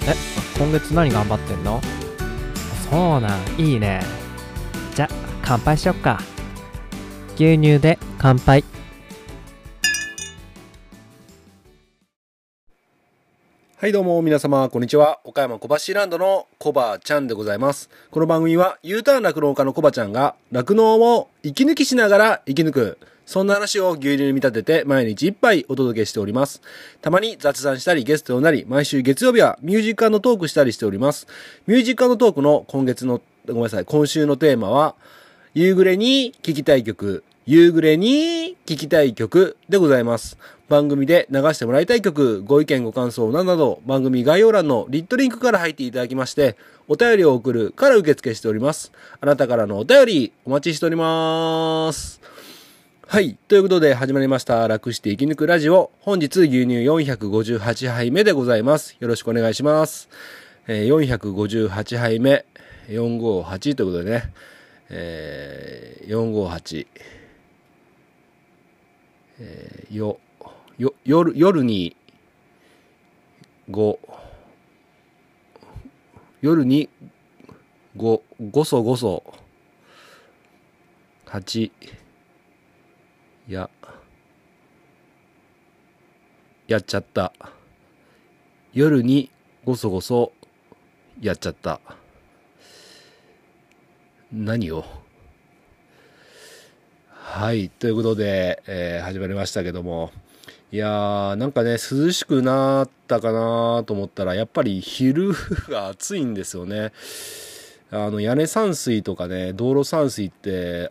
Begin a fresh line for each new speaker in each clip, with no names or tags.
え、今月何頑張ってんの？そうなん、いいね。じゃ、乾杯しよっか。牛乳で乾杯。
はいどうも皆様こんにちは。岡山小橋ランドのコバちゃんでございます。この番組は U ターン酪農家のコバちゃんが酪農を息抜きしながら生き抜く、そんな話を牛乳に見立てて毎日一杯お届けしております。たまに雑談したりゲストをなり、毎週月曜日はミュージック&トークしたりしております。ミュージック&トークの今週のテーマは夕暮れに聴きたい曲、夕暮れに聴きたい曲でございます。番組で流してもらいたい曲、ご意見ご感想など番組概要欄のリットリンクから入っていただきまして、お便りを送るから受付しております。あなたからのお便りお待ちしております。はい。ということで始まりました。楽して生き抜くラジオ。本日牛乳458杯目でございます。よろしくお願いします。458杯目、458ということでね。458、夜にごそごそ8やっちゃった。夜にごそごそやっちゃった。何を？はい。ということで、始まりましたけども。いやー、なんかね、涼しくなったかなと思ったら、やっぱり昼が暑いんですよね。屋根散水とかね、道路散水って、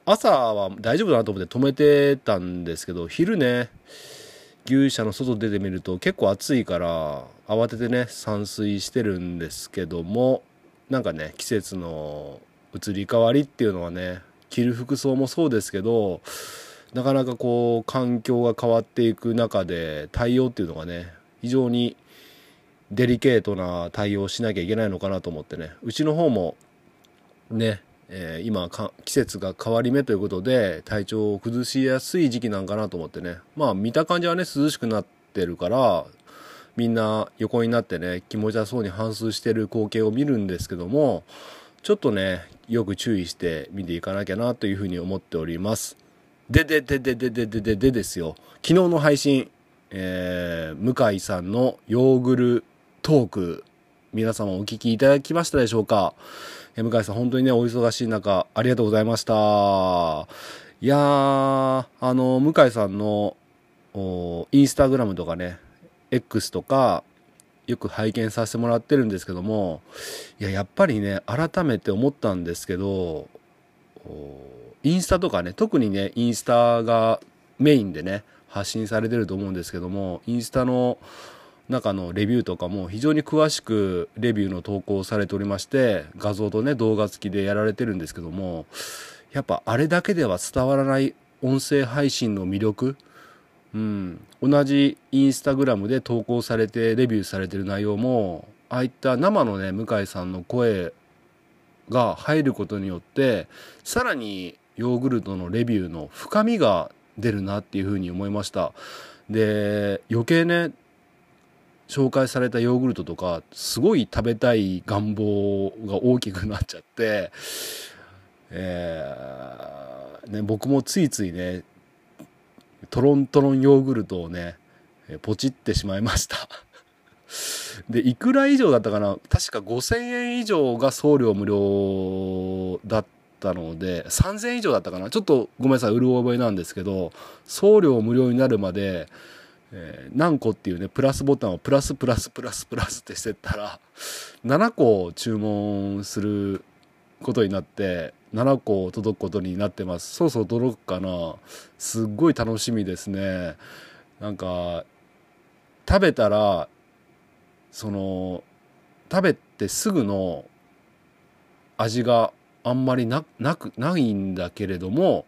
朝は大丈夫だなと思って止めてたんですけど、昼ね、牛舎の外出てみると結構暑いから、慌ててね、散水してるんですけども、なんかね、季節の移り変わりっていうのはね、着る服装もそうですけど、なかなかこう環境が変わっていく中で対応っていうのがね、非常にデリケートな対応をしなきゃいけないのかなと思ってね、うちの方もね、今季節が変わり目ということで体調を崩しやすい時期なんかなと思ってね、まあ見た感じはね涼しくなってるからみんな横になってね気持ちよさそうに反芻してる光景を見るんですけども、ちょっとねよく注意して見ていかなきゃなというふうに思っております。でですよ、昨日の配信、向井さんのヨーグルトーク、皆様お聞きいただきましたでしょうか。向井さん本当にねお忙しい中ありがとうございました。いやー、向井さんのインスタグラムとかね X とかよく拝見させてもらってるんですけども、やっぱりね改めて思ったんですけど、インスタとかね、特にねインスタがメインでね発信されてると思うんですけども、インスタの中のレビューとかも非常に詳しくレビューの投稿をされておりまして、画像とね動画付きでやられてるんですけども、やっぱあれだけでは伝わらない音声配信の魅力、同じインスタグラムで投稿されてレビューされてる内容も、ああいった生のね向井さんの声が入ることによってさらにヨーグルトのレビューの深みが出るなっていうふうに思いました。で余計ね紹介されたヨーグルトとかすごい食べたい願望が大きくなっちゃって、僕もついついねトロントロンヨーグルトをねポチってしまいましたでいくら以上だったかな、確か5000円以上が送料無料だったので3000円以上だったかな、ちょっとごめんなさいうる覚えなんですけど、送料無料になるまで何個っていうねプラスボタンをプラスってしてったら7個注文することになって7個届くことになってます。そろそろ届くかな、すっごい楽しみですね。なんか食べたら食べてすぐの味があんまりないんだけれども、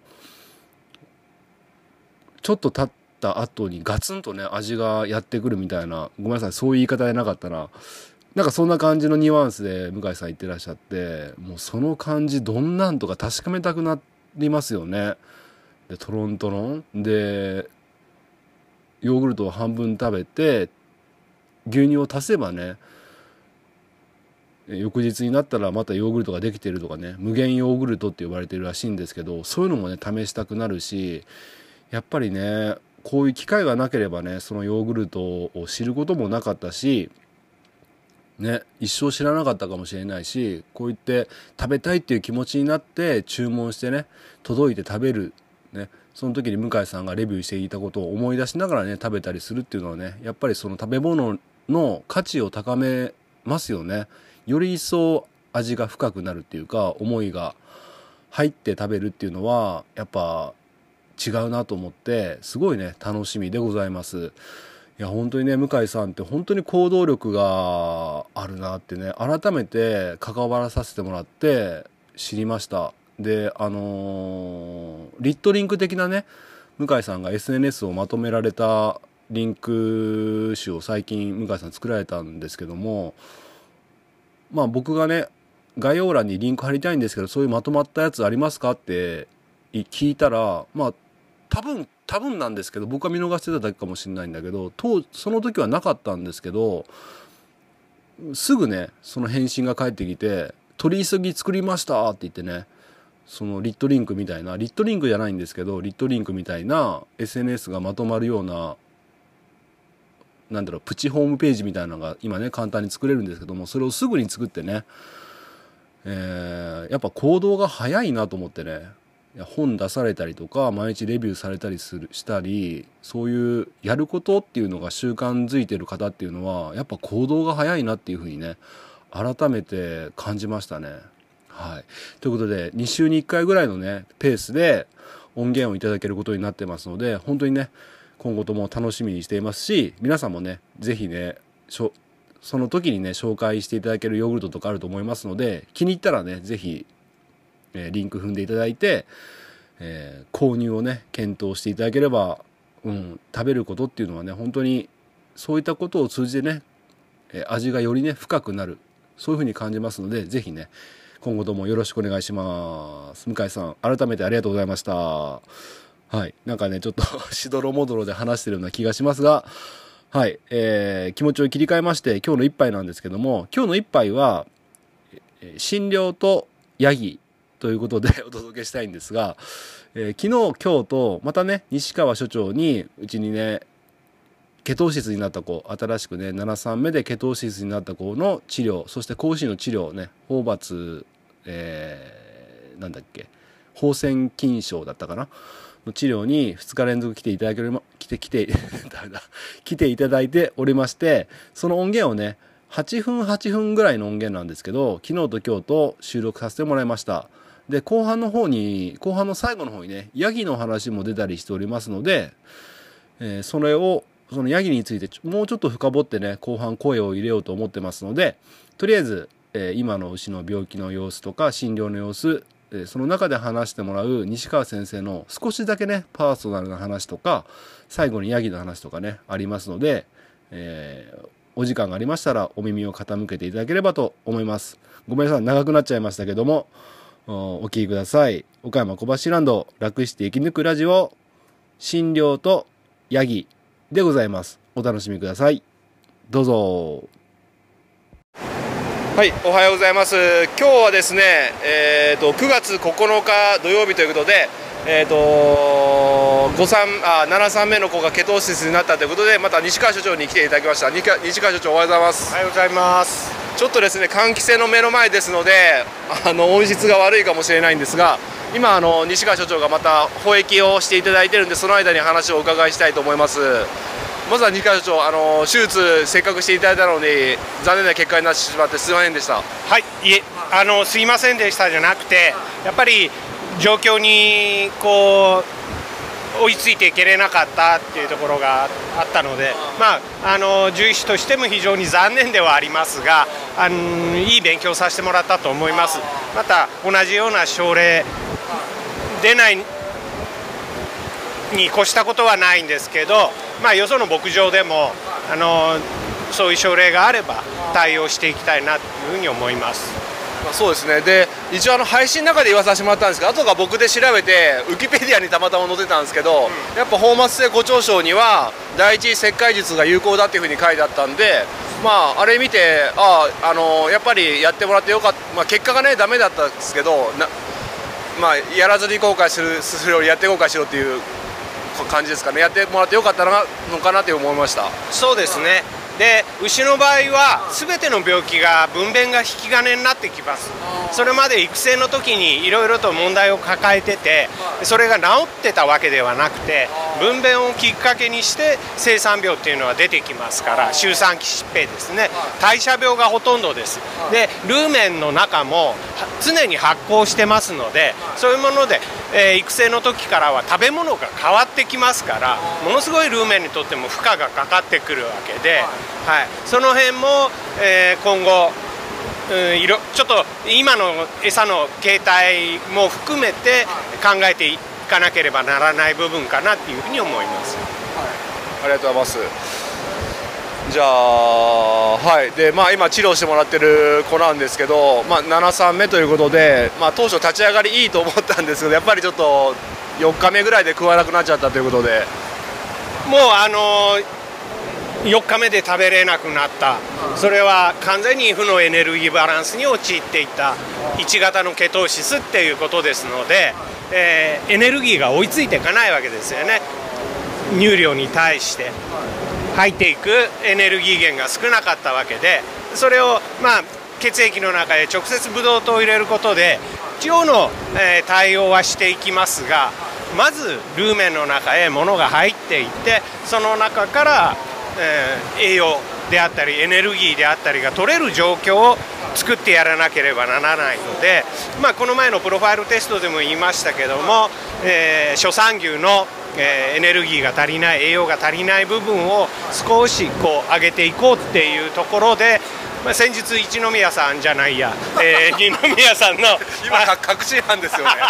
ちょっと経った後にガツンとね味がやってくるみたいな、ごめんなさいそういう言い方でなかったな、なんかそんな感じのニュアンスで向井さん言ってらっしゃって、もうその感じどんなんとか確かめたくなりますよね。でトロントロンでヨーグルトを半分食べて牛乳を足せばね翌日になったらまたヨーグルトができてるとかね、無限ヨーグルトって呼ばれてるらしいんですけど、そういうのもね試したくなるし、やっぱりねこういう機会がなければねそのヨーグルトを知ることもなかったしね、一生知らなかったかもしれないし、こう言って食べたいっていう気持ちになって注文してね届いて食べるね、その時に向井さんがレビューしていたことを思い出しながらね食べたりするっていうのはね、やっぱりその食べ物の価値を高めますよね。より一層味が深くなるっていうか、思いが入って食べるっていうのはやっぱ違うなと思って、すごいね楽しみでございます。いや本当にね向井さんって本当に行動力があるなってね、改めて関わらさせてもらって知りました。でリットリンク的なね、向井さんが SNS をまとめられたリンク集を最近向井さん作られたんですけども、まあ僕がね概要欄にリンク貼りたいんですけど、そういうまとまったやつありますかって聞いたら、まあ多分なんですけど、僕は見逃してただけかもしれないんだけど、その時はなかったんですけど、すぐねその返信が返ってきて、取り急ぎ作りましたって言ってね、そのリットリンクみたいな、リットリンクじゃないんですけどリットリンクみたいな SNS がまとまるような、なんだろう、プチホームページみたいなのが今ね簡単に作れるんですけども、それをすぐに作ってね、やっぱ行動が早いなと思ってね、本出されたりとか毎日レビューされたりしたり、そういうやることっていうのが習慣づいてる方っていうのはやっぱ行動が早いなっていうふうにね改めて感じましたね。はい、ということで2週に1回ぐらいのねペースで音源をいただけることになってますので、本当にね今後とも楽しみにしていますし、皆さんもねぜひねその時にね紹介していただけるヨーグルトとかあると思いますので、気に入ったらねぜひリンク踏んでいただいて、購入をね検討していただければ、食べることっていうのはね本当にそういったことを通じてね、味がよりね深くなる、そういうふうに感じますので、ぜひね今後ともよろしくお願いします。向井さん改めてありがとうございました。はい、なんかねちょっとしどろもどろで話してるような気がしますが、はい、気持ちを切り替えまして今日の一杯なんですけども、今日の一杯は診療とヤギということでお届けしたいんですが、昨日今日とまたね西川所長にうちにねケトーシスになった子、新しくね7/3目でケトーシスになった子の治療、そして後進の治療ね、ホーバツ、なんだっけ、放線筋症だったかなの治療に2日連続来ていただいておりまして、その音源をね8分ぐらいの音源なんですけど、昨日と今日と収録させてもらいました。で後半の最後の方にねヤギの話も出たりしておりますので、そのヤギについてもうちょっと深掘ってね後半声を入れようと思ってますので、とりあえず、今の牛の病気の様子とか診療の様子、その中で話してもらう西川先生の少しだけねパーソナルな話とか、最後にヤギの話とかねありますので、お時間がありましたらお耳を傾けていただければと思います。ごめんなさい長くなっちゃいましたけどもお聞きください。岡山小橋ランド楽して生き抜くラジオ、診療とヤギでございます。お楽しみください。どうぞ。はい、おはようございます。今日はですね、9月9日土曜日ということで、7/3目の子がケトーシスになったということで、また西川所長に来ていただきました。西川所長おはようございます。
おはようございます。
ちょっとですね換気扇の目の前ですので音質が悪いかもしれないんですが、今西川所長がまた補液をしていただいてるんで、その間に話をお伺いしたいと思います。まずは西川所長、手術せっかくしていただいたのに残念な結果になってしまってすいませんでした。
はい、いえすいませんでしたじゃなくて、やっぱり状況にこう追いついていけれなかったっていうところがあったので、獣医師としても非常に残念ではありますが、いい勉強させてもらったと思います。また同じような症例出ないに越したことはないんですけど、よその牧場でもそういう症例があれば対応していきたいなというふうに思います。
まあ、そうですね。で一応配信の中で言わさせてもらったんですけど、後が僕で調べてウィキペディアにたまたま載せたんですけど、やっぱ放末性胡蝶症には第一切開術が有効だっていうふうに書いてあったんで、まああれ見てやっぱりやってもらってよかった、まあ、結果がねダメだったんですけどまあ、やらずに後悔するよりやって後悔しろっていう感じですかね。やってもらってよかったのかなって思いました。
そうですね。で牛の場合は全ての病気が分娩が引き金になってきます。それまで育成の時にいろいろと問題を抱えてて、それが治ってたわけではなくて、分娩をきっかけにして生産病っていうのは出てきますから、周産期疾病ですね、代謝病がほとんどです。でルーメンの中も常に発酵してますので、そういうもので、育成の時からは食べ物が変わってきますから、ものすごいルーメンにとっても負荷がかかってくるわけで、はい、その辺も、今後、ちょっと今の餌の形態も含めて考えていかなければならない部分かなっていうふうに思います。
ありがとうございます。じゃあ、はい。で、まあ今治療してもらってる子なんですけど、まあ7、3目ということで、まあ当初立ち上がりいいと思ったんですけど、やっぱりちょっと4日目ぐらいで食わなくなっちゃったということで、
もう4日目で食べれなくなった、それは完全に負のエネルギーバランスに陥っていた1型のケトーシスっていうことですので、エネルギーが追いついていかないわけですよね。乳量に対して入っていくエネルギー源が少なかったわけで、それを、まあ、血液の中へ直接ブドウ糖を入れることで一応の、対応はしていきますが、まずルーメンの中へ物が入っていって、その中から栄養であったりエネルギーであったりが取れる状況を作ってやらなければならないので、まあ、この前のプロファイルテストでも言いましたけども、初産牛のエネルギーが足りない、栄養が足りない部分を少しこう上げていこうっていうところで、まあ、先日一宮さんじゃないや、二宮さんの
今確信犯ですよね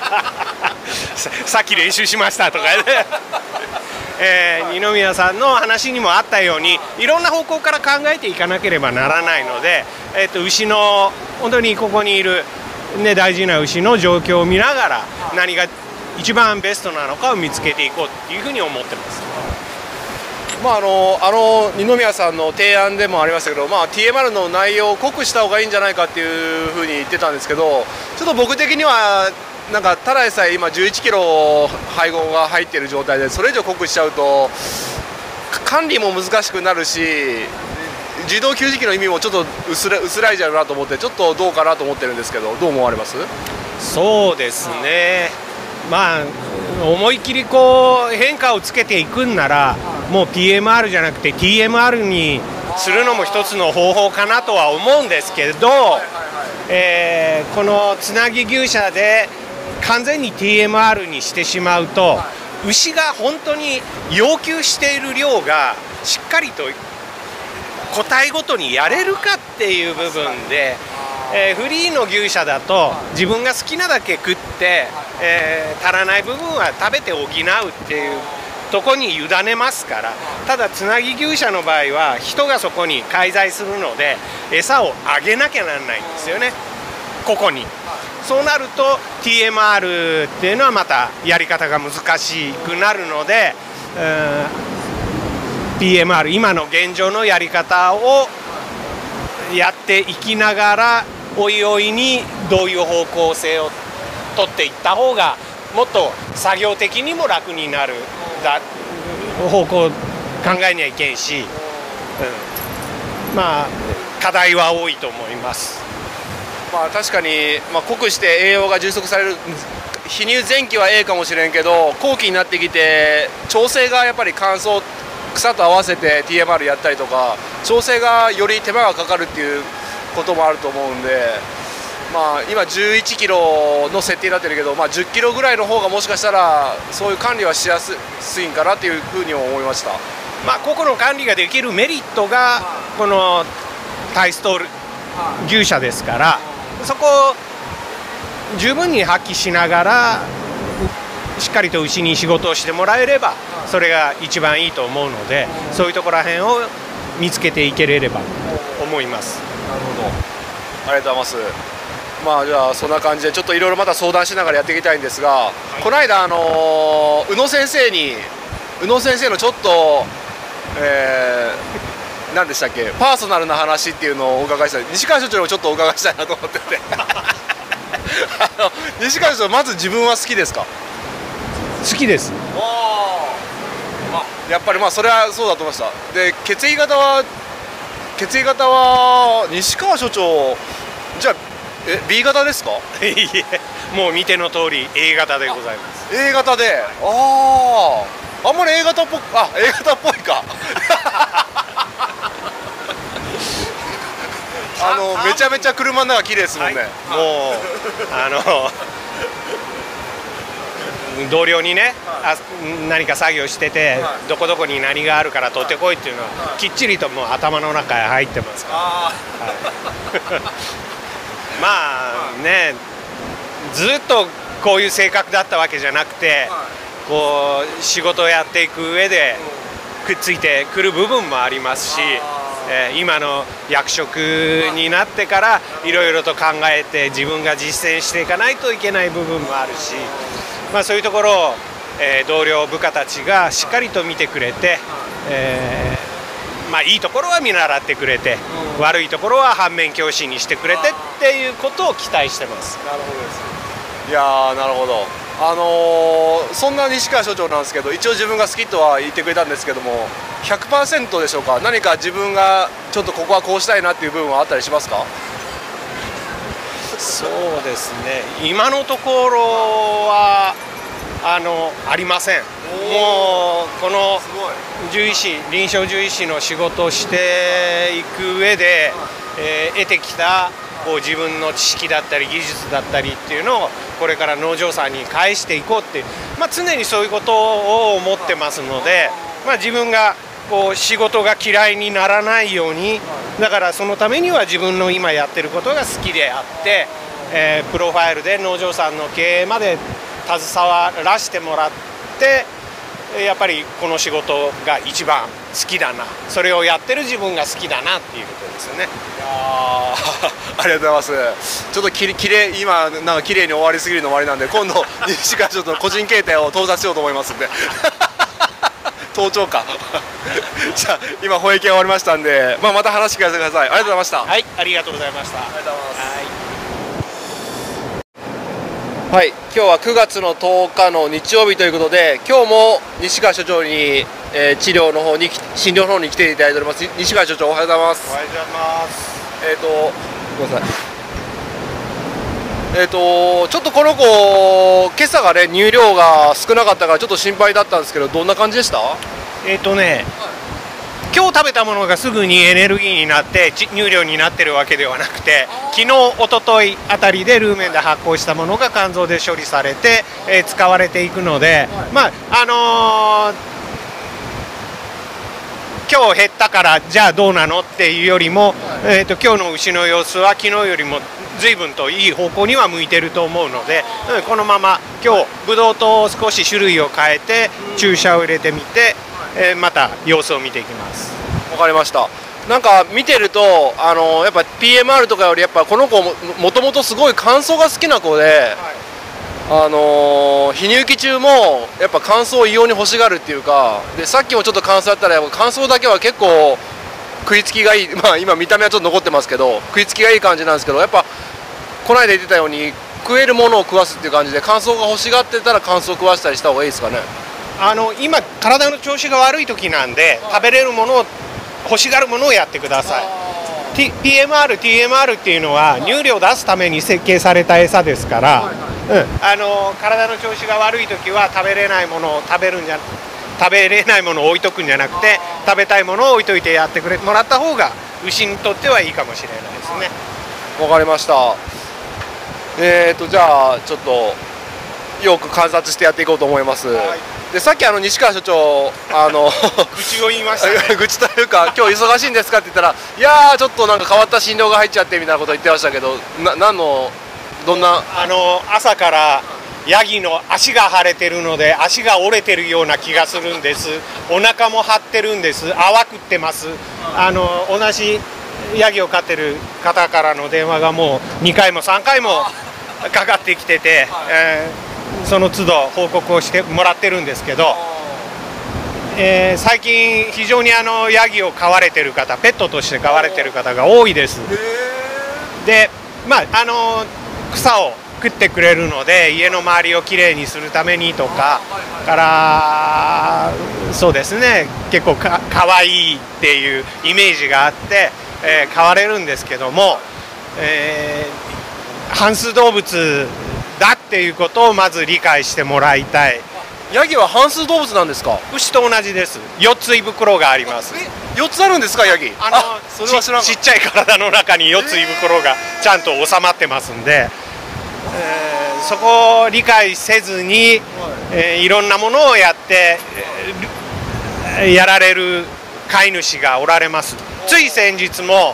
さっき練習しましたとかね二宮さんの話にもあったように、いろんな方向から考えていかなければならないので、牛の本当にここにいる、ね、大事な牛の状況を見ながら何が一番ベストなのかを見つけていこうっていうふうに思ってます。
まあ二宮さんの提案でもありましたけど、まあ、TMR の内容を濃くした方がいいんじゃないかっていうふうに言ってたんですけど、ちょっと僕的にはなんかただでさえ今11キロ配合が入っている状態で、それ以上濃くしちゃうと管理も難しくなるし、自動給餌器の意味もちょっと薄らいじゃうなと思って、ちょっとどうかなと思ってるんですけど、どう思われます？
そうですね、まあ思い切りこう変化をつけていくんなら、もう PMR じゃなくて TMR にするのも一つの方法かなとは思うんですけど、このつなぎ牛舎で完全に TMR にしてしまうと、牛が本当に要求している量がしっかりと個体ごとにやれるかっていう部分で、フリーの牛舎だと自分が好きなだけ食って、足らない部分は食べて補うっていうとこに委ねますから。ただつなぎ牛舎の場合は人がそこに介在するので、餌をあげなきゃならないんですよね、ここに。そうなると TMR っていうのはまたやり方が難しくなるので、PMR 今の現状のやり方をやっていきながら、おいおいにどういう方向性を取っていった方がもっと作業的にも楽になる方向を考えにはいけんし、まあ課題は多いと思います。
まあ確かに、まあ、濃くして栄養が充足される肥乳前期はかもしれんけど、後期になってきて調整がやっぱり乾燥草と合わせて TMR やったりとか、調整がより手間がかかるっていうこともあると思うんで、まあ、今11キロの設定になってるけど、まあ、10キロぐらいの方がもしかしたらそういう管理はしやすいんかなっていうふうにも思いました。
まあ、個々の管理ができるメリットがこのタイストール牛舎ですから、そこを十分に発揮しながらしっかりと牛に仕事をしてもらえれば、それが一番いいと思うので、そういうところら辺を見つけていければと思います。
なるほど、ありがとうございます。 まあじゃあそんな感じでちょっといろいろまた相談しながらやっていきたいんですが、この間宇野先生のちょっと何でしたっけ、パーソナルな話っていうのをお伺いしたい、西川所長にもちょっとお伺いしたいなと思ってて西川所長、まず自分は好きですか？
好きです。
やっぱりまあそれはそうだと思いました。で血液型は西川所長じゃあB 型ですか？
いえ、もう見ての通り A 型でございます。
A 型で、あんまり A 型っぽいかめちゃめちゃ車の中綺麗ですもんね、
もう同僚にね、何か作業してて、どこどこに何があるから取ってこいっていうのは、きっちりともう頭の中へ入ってますから、まあね、ずっとこういう性格だったわけじゃなくて、こう仕事をやっていく上でくっついてくる部分もありますし、今の役職になってからいろいろと考えて自分が実践していかないといけない部分もあるし、まあ、そういうところを、同僚部下たちがしっかりと見てくれて、まあ、いいところは見習ってくれて、悪いところは反面教師にしてくれてっていうことを期待してます。
なるほどです。いやー、なるほど。そんな西川所長なんですけど、一応自分が好きとは言ってくれたんですけども、100% でしょうか？何か自分がちょっとここはこうしたいなっていう部分はあったりしますか？
そうですね、今のところはありません。もうこの臨床獣医師の仕事をしていく上で、得てきたこう自分の知識だったり技術だったりっていうのをこれから農場さんに返していこうっていう、まあ、常にそういうことを思ってますので、まあ、自分がこう仕事が嫌いにならないように、だからそのためには自分の今やってることが好きであって、プロファイルで農場さんの経営まで携わらせてもらって、やっぱりこの仕事が一番好きだな、それをやってる自分が好きだなっていうことですよね。
いやありがとうございます。ちょっと今なんか綺麗に終わりすぎるの終わりなんで、今度西川ちょっと個人形態を到達しようと思いますんで盗聴かじゃあ今保育園終わりましたんで、まあ、また話聞かせてください。ありがとうございました。
はい、ありがとうございました。
ありがとうございます。はい、今日は9月の10日の日曜日ということで、今日も西川所長に、診療の方に来ていただいております。西川所長、おはようございます。
おはようございます。
ごめんなさい。ちょっとこの子、今朝がね、乳量が少なかったからちょっと心配だったんですけど、どんな感じでした？
今日食べたものがすぐにエネルギーになって乳量になってるわけではなくて、昨日一昨日あたりでルーメンで発酵したものが肝臓で処理されて、使われていくので、まあ今日減ったからじゃあどうなのっていうよりも、今日の牛の様子は昨日よりも随分といい方向には向いてると思うので、このまま今日ブドウと少し種類を変えて注射を入れてみて、また様子を見ていきます。
わかりました。なんか見てるとやっぱ PMR とかよりやっぱこの子もともとすごい乾燥が好きな子で、泌乳期中もやっぱ乾燥を異様に欲しがるっていうかで、さっきもちょっと乾燥やったら乾燥だけは結構食いつきがいい、まあ今見た目はちょっと残ってますけど食いつきがいい感じなんですけど、やっぱこの間言ってたように食えるものを食わすっていう感じで、乾燥が欲しがってたら乾燥を食わせたりした方がいいですかね。
今体の調子が悪い時なんで、食べれるものを欲しがるものをやってください。PMR、TMR っていうのは乳量を出すために設計された餌ですから、体の調子が悪い時は食べれないものを置いとくんじゃなくて、食べたいものを置いといてやってもらった方が牛にとってはいいかもしれないですね。
わかりました。じゃあちょっとよく観察してやっていこうと思います。でさっき西川所長
愚痴を言いましたね
愚痴というか今日忙しいんですかって言ったら、いやーちょっとなんか変わった診療が入っちゃってみたいなこと言ってましたけど、どんな
朝からヤギの足が腫れてるので足が折れてるような気がするんです。お腹も張ってるんです。泡食ってます。同じヤギを飼ってる方からの電話がもう2回も3回もかかってきてて、その都度報告をしてもらってるんですけど、最近非常にヤギを飼われてる方、ペットとして飼われてる方が多いです。で、草を食ってくれるので家の周りをきれいにするためにとかからそうですね、結構かわいいっていうイメージがあって、飼われるんですけども、反数動物だっていうことをまず理解してもらいたい。
ヤギは反数動物なんですか？
牛と同じです。4つ胃袋があります。
4つあるんですか、ヤギ？それは知らんかった。
ちっちゃい体の中に4つ胃袋がちゃんと収まってますんで、そこを理解せずに、いろんなものをやって、やられる飼い主がおられます。つい先日も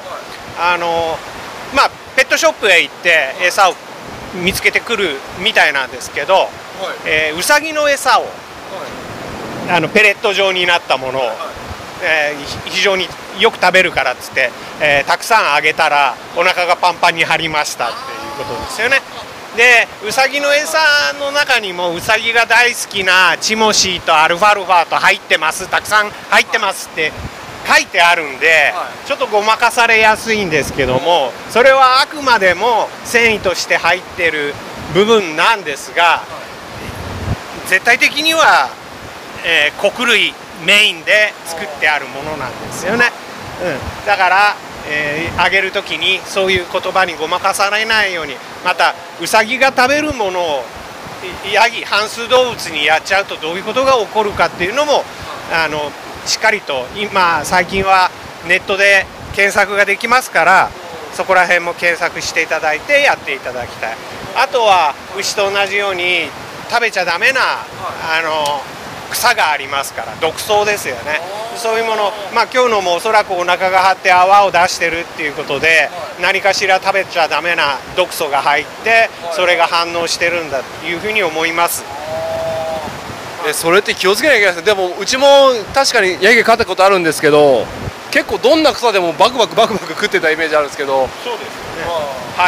ペットショップへ行って餌を見つけてくるみたいなんですけど、ウサギの餌を、ペレット状になったものを、非常によく食べるからっつって、たくさんあげたらお腹がパンパンに張りましたっていうことですよね。でウサギの餌の中にもウサギが大好きなチモシーとアルファルファと入ってます、たくさん入ってますって書いてあるんで、ちょっとごまかされやすいんですけども、それはあくまでも繊維として入ってる部分なんですが、絶対的には、穀類メインで作ってあるものなんですよね。だからあげるときにそういう言葉にごまかされないように、またウサギが食べるものをヤギ反数動物にやっちゃうとどういうことが起こるかっていうのもしっかりと最近はネットで検索ができますから、そこら辺も検索していただいてやっていただきたい。あとは牛と同じように食べちゃダメな草がありますから、毒草ですよね。そういうもの、今日のもおそらくお腹が張って泡を出してるっていうことで、何かしら食べちゃダメな毒素が入ってそれが反応してるんだというふうに思います。
それって気をつけなきゃいけないですね。でもうちも確かにヤギ飼ったことあるんですけど、結構どんな草でもバクバク食ってたイメージあるんですけど。
そうですよね。はい。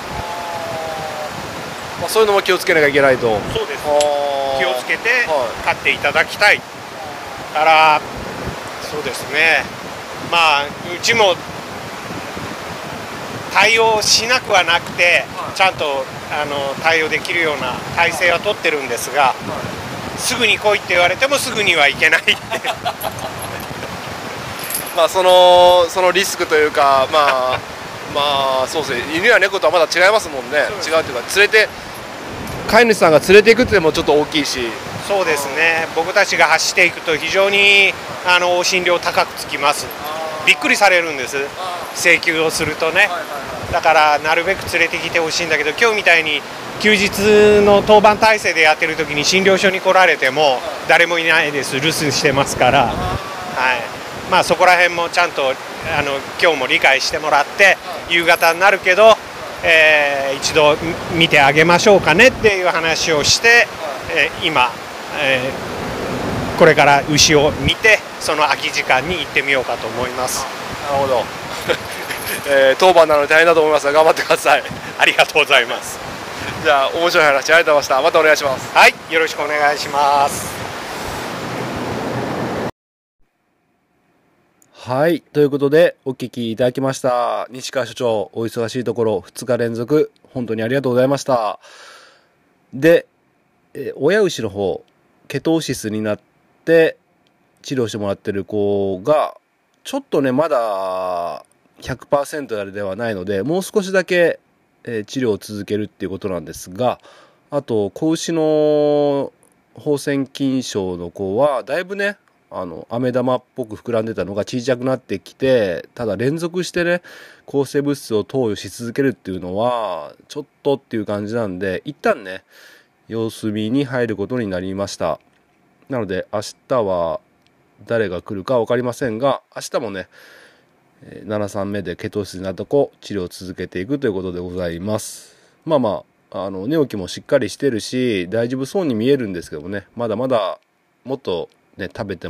そういうのも気をつけなきゃいけないと。
そうです。気をつけて飼っていただきたい。から、そうですね。うちも対応しなくはなくて、ちゃんと対応できるような体制は取ってるんですが、すぐに来いって言われてもすぐには行けないって
そのリスクというか、そうですね、犬や猫とはまだ違いますもんね。違うというか、飼い主さんが連れていくっていうのもちょっと大きいし。
そうですね、僕たちが走っていくと非常に往診料高くつきます。びっくりされるんです、請求をするとね。だからなるべく連れてきてほしいんだけど、今日みたいに休日の当番体制でやってる時に診療所に来られても誰もいないです、留守してますから、そこら辺もちゃんと今日も理解してもらって、夕方になるけど、一度見てあげましょうかねっていう話をして、今、これから牛を見てその空き時間に行ってみようかと思います。
なるほど当番なので大変だと思いますが頑張ってください。
ありがとうございます。
じゃあ面白い話ありがとうございました。またお願いします。
はい、よろしくお願いします。
はい、ということでお聞きいただきました。西川所長、お忙しいところ2日連続本当にありがとうございました。で、親牛の方ケトーシスになって治療してもらってる子がちょっとねまだ 100% ではないので、もう少しだけ、治療を続けるっていうことなんですが、あと子牛の放線菌症の子はだいぶね飴玉っぽく膨らんでたのが小さくなってきて、ただ連続してね抗生物質を投与し続けるっていうのはちょっとっていう感じなんで、一旦ね様子見に入ることになりました。なので明日は誰が来るか分かりませんが、明日もね7-3目でケトーシスになった子治療を続けていくということでございます。寝起きもしっかりしてるし大丈夫そうに見えるんですけどもね、まだまだもっとね食べても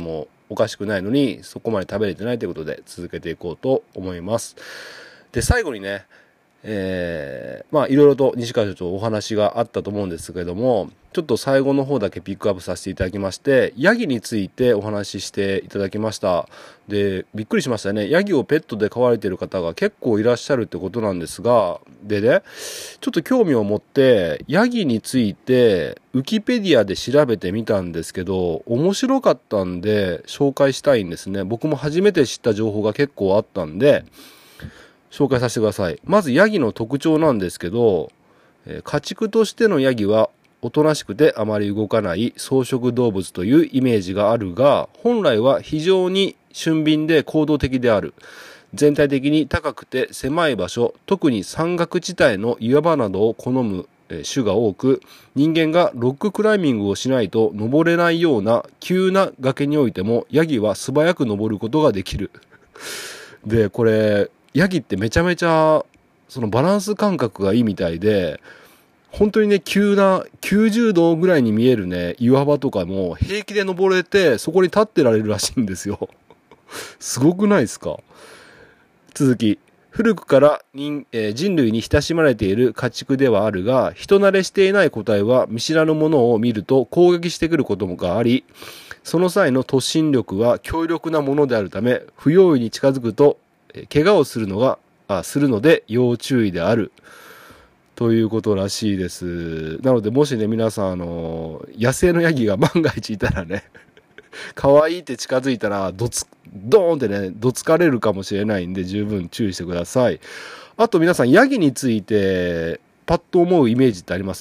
おかしくないのにそこまで食べれてないということで続けていこうと思います。で、最後にね、いろいろと西川所長お話があったと思うんですけれども、ちょっと最後の方だけピックアップさせていただきまして、ヤギについてお話ししていただきました。で、びっくりしましたね。ヤギをペットで飼われている方が結構いらっしゃるってことなんですが、でね、ちょっと興味を持ってヤギについてウィキペディアで調べてみたんですけど、面白かったんで紹介したいんですね。僕も初めて知った情報が結構あったんで紹介させてください。まずヤギの特徴なんですけど、家畜としてのヤギはおとなしくてあまり動かない草食動物というイメージがあるが、本来は非常に俊敏で行動的である。全体的に高くて狭い場所、特に山岳地帯の岩場などを好む種が多く、人間がロッククライミングをしないと登れないような急な崖においてもヤギは素早く登ることができる。で、これヤギってめちゃめちゃそのバランス感覚がいいみたいで、本当にね、急な90度ぐらいに見えるね岩場とかも平気で登れて、そこに立ってられるらしいんですよ。すごくないですか？続き、古くから人類に親しまれている家畜ではあるが、人慣れしていない個体は見知らぬものを見ると攻撃してくることがあり、その際の突進力は強力なものであるため、不用意に近づくと怪我をするので要注意であるということらしいです。なのでもしね、皆さん野生のヤギが万が一いたらね可愛いって近づいたらドーンってねどつかれるかもしれないんで、十分注意してください。あと皆さん、ヤギについてパッと思うイメージってあります？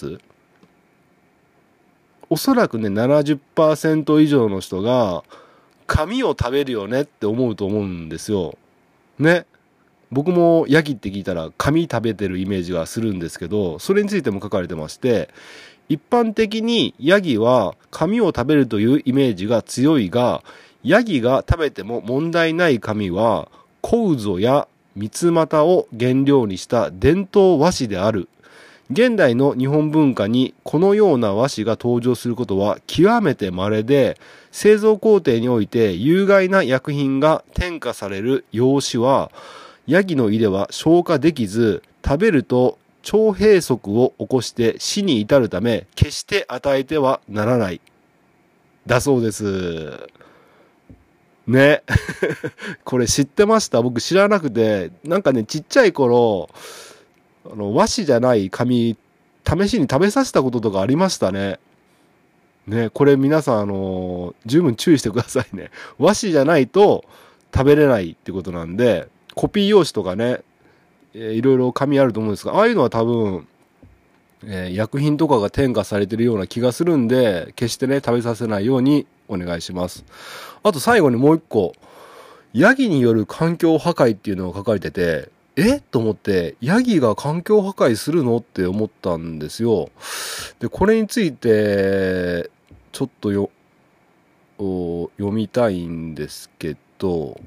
おそらくね 70% 以上の人が髪を食べるよねって思うと思うんですよね。僕もヤギって聞いたら髪食べてるイメージがするんですけど、それについても書かれてまして、一般的にヤギは髪を食べるというイメージが強いが、ヤギが食べても問題ない髪はコウゾやミツマタを原料にした伝統和紙である。現代の日本文化にこのような和紙が登場することは極めて稀で、製造工程において有害な薬品が添加される洋紙はヤギの胃では消化できず、食べると腸閉塞を起こして死に至るため、決して与えてはならないだそうですね。これ知ってました？僕知らなくて、なんかね、ちっちゃい頃和紙じゃない紙試しに食べさせたこととかありましたね。ね、これ皆さん十分注意してくださいね。和紙じゃないと食べれないってことなんで、コピー用紙とかね、いろいろ紙あると思うんですが、ああいうのは多分、薬品とかが添加されてるような気がするんで、決してね食べさせないようにお願いします。あと最後にもう一個、ヤギによる環境破壊っていうのが書かれてて、と思って、ヤギが環境破壊するのって思ったんですよ。で、これについてちょっと読みたいんですけど、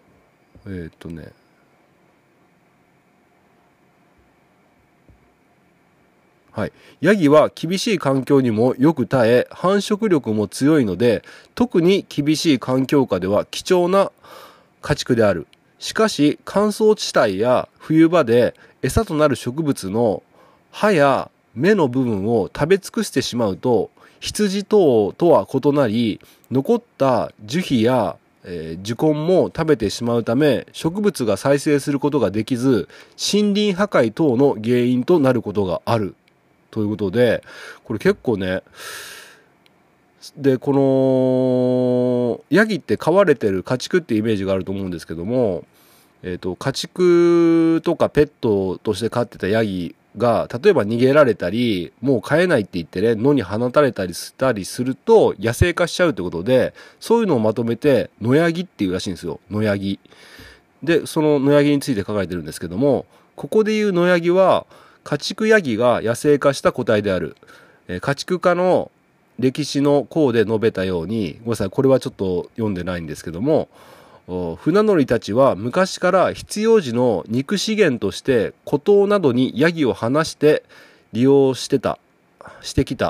はい。ヤギは厳しい環境にもよく耐え、繁殖力も強いので、特に厳しい環境下では貴重な家畜である。しかし、乾燥地帯や冬場で餌となる植物の葉や芽の部分を食べ尽くしてしまうと、羊等とは異なり、残った樹皮や樹根も食べてしまうため、植物が再生することができず、森林破壊等の原因となることがある。ということで、これ結構ね、で、この、ヤギって飼われてる家畜ってイメージがあると思うんですけども、家畜とかペットとして飼ってたヤギが、例えば逃げられたり、もう飼えないって言ってね、野に放たれたりしたりすると、野生化しちゃうってことで、そういうのをまとめて、野ヤギっていうらしいんですよ。野ヤギ。で、その野ヤギについて書かれてるんですけども、ここでいう野ヤギは、家畜ヤギが野生化した個体である。家畜化の歴史の項で述べたように、ごめんなさい、これはちょっと読んでないんですけども、船乗りたちは昔から必要時の肉資源として孤島などにヤギを放して利用してきた。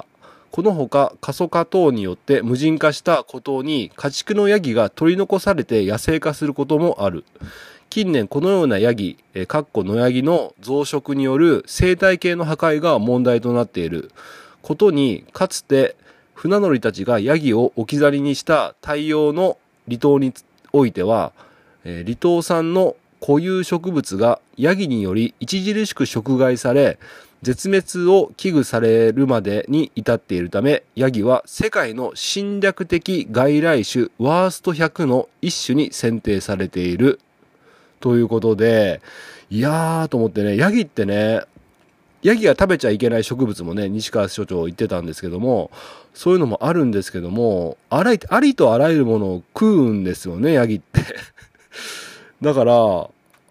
このほか過疎化等によって無人化した孤島に家畜のヤギが取り残されて野生化することもある。近年このようなヤギ、野ヤギの増殖による生態系の破壊が問題となっていることに、かつて船乗りたちがヤギを置き去りにした大洋の離島においては、離島産の固有植物がヤギにより著しく食害され、絶滅を危惧されるまでに至っているため、ヤギは世界の侵略的外来種ワースト100の一種に選定されている。ということで、いやーと思ってね、ヤギってね、ヤギが食べちゃいけない植物もね、西川所長言ってたんですけども、そういうのもあるんですけども、ありとあらゆるものを食うんですよね、ヤギって。だから、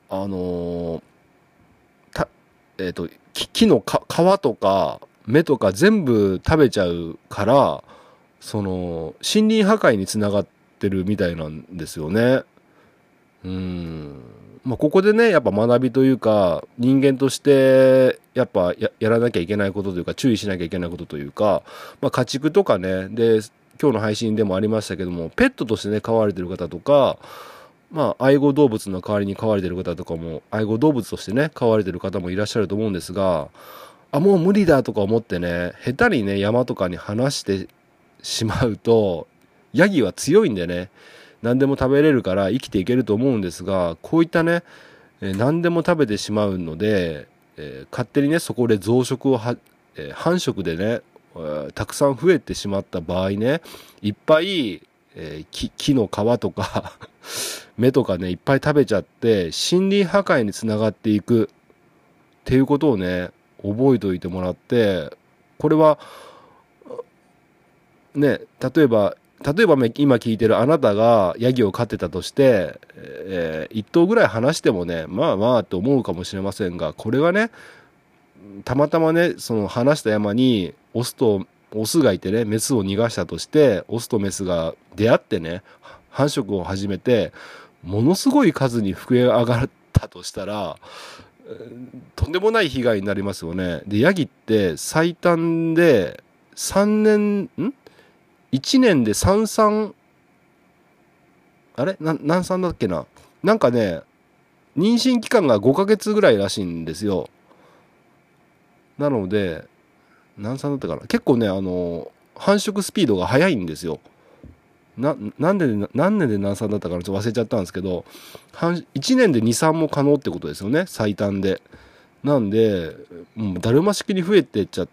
木の皮とか芽とか全部食べちゃうから、森林破壊につながってるみたいなんですよね。ここでね、やっぱ学びというか、人間としてやっぱ やらなきゃいけないことというか、注意しなきゃいけないことというか、家畜とかね、で今日の配信でもありましたけども、ペットとしてね飼われてる方とか、愛護動物の代わりに飼われてる方とかも、愛護動物としてね飼われてる方もいらっしゃると思うんですが、もう無理だとか思ってね、下手にね山とかに放してしまうと、ヤギは強いんでね、何でも食べれるから生きていけると思うんですが、こういったね、何でも食べてしまうので、勝手にねそこで増殖を繁殖でね、たくさん増えてしまった場合ね、いっぱい、木の皮とか芽とかねいっぱい食べちゃって森林破壊につながっていくっていうことをね覚えておいてもらって、これはね、例えば今聞いてるあなたがヤギを飼ってたとして、1頭ぐらい話してもね、まあって思うかもしれませんが、これがねたまたまねその話した山にオスがいてね、メスを逃がしたとして、オスとメスが出会ってね繁殖を始めてものすごい数に増え上がったとしたら、とんでもない被害になりますよね。でヤギって最短で1年で何産だっけな、なんかね妊娠期間が5ヶ月ぐらいらしいんですよ。なので何産だったかな、結構ね繁殖スピードが速いんですよ。何年で何産だったかな、ちょっと忘れちゃったんですけど、1年で2産も可能ってことですよね、最短で。なんでだるま式に増えてっちゃって、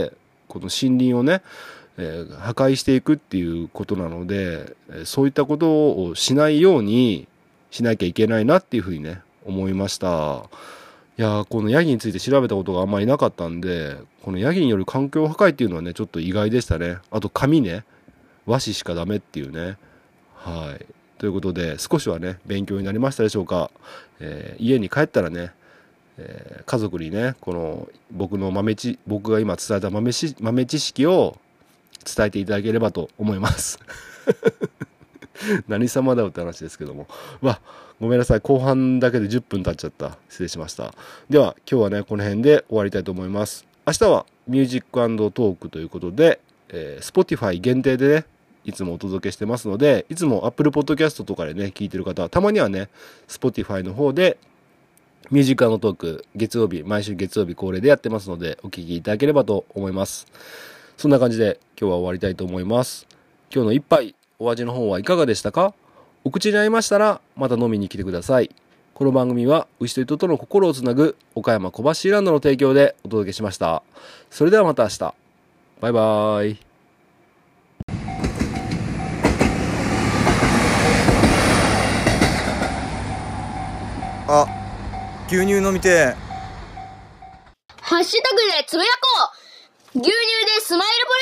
この森林をね破壊していくっていうことなので、そういったことをしないようにしなきゃいけないなっていうふうにね思いました。いやこのヤギについて調べたことがあんまりなかったんで、このヤギによる環境破壊っていうのはねちょっと意外でしたね。あと紙ね、和紙しかダメっていうね。はい、ということで少しはね勉強になりましたでしょうか。家に帰ったらね、家族にねこの僕が今伝えた豆知識を伝えていただければと思います何様だよって話ですけども、ごめんなさい、後半だけで10分経っちゃった。失礼しました。では今日はねこの辺で終わりたいと思います。明日はミュージック&トークということで、Spotify 限定でねいつもお届けしてますので、いつも Apple Podcast とかでね聞いてる方はたまにはね Spotify の方でミュージック&トーク毎週月曜日恒例でやってますので、お聞きいただければと思います。そんな感じで今日は終わりたいと思います。今日の一杯お味の方はいかがでしたか？お口に合いましたらまた飲みに来てください。この番組は牛と人との心をつなぐ岡山小橋ランドの提供でお届けしました。それではまた明日。バイバーイ。
牛乳飲みて
ハッシュタグでつぶやこう。牛乳でスマイルプ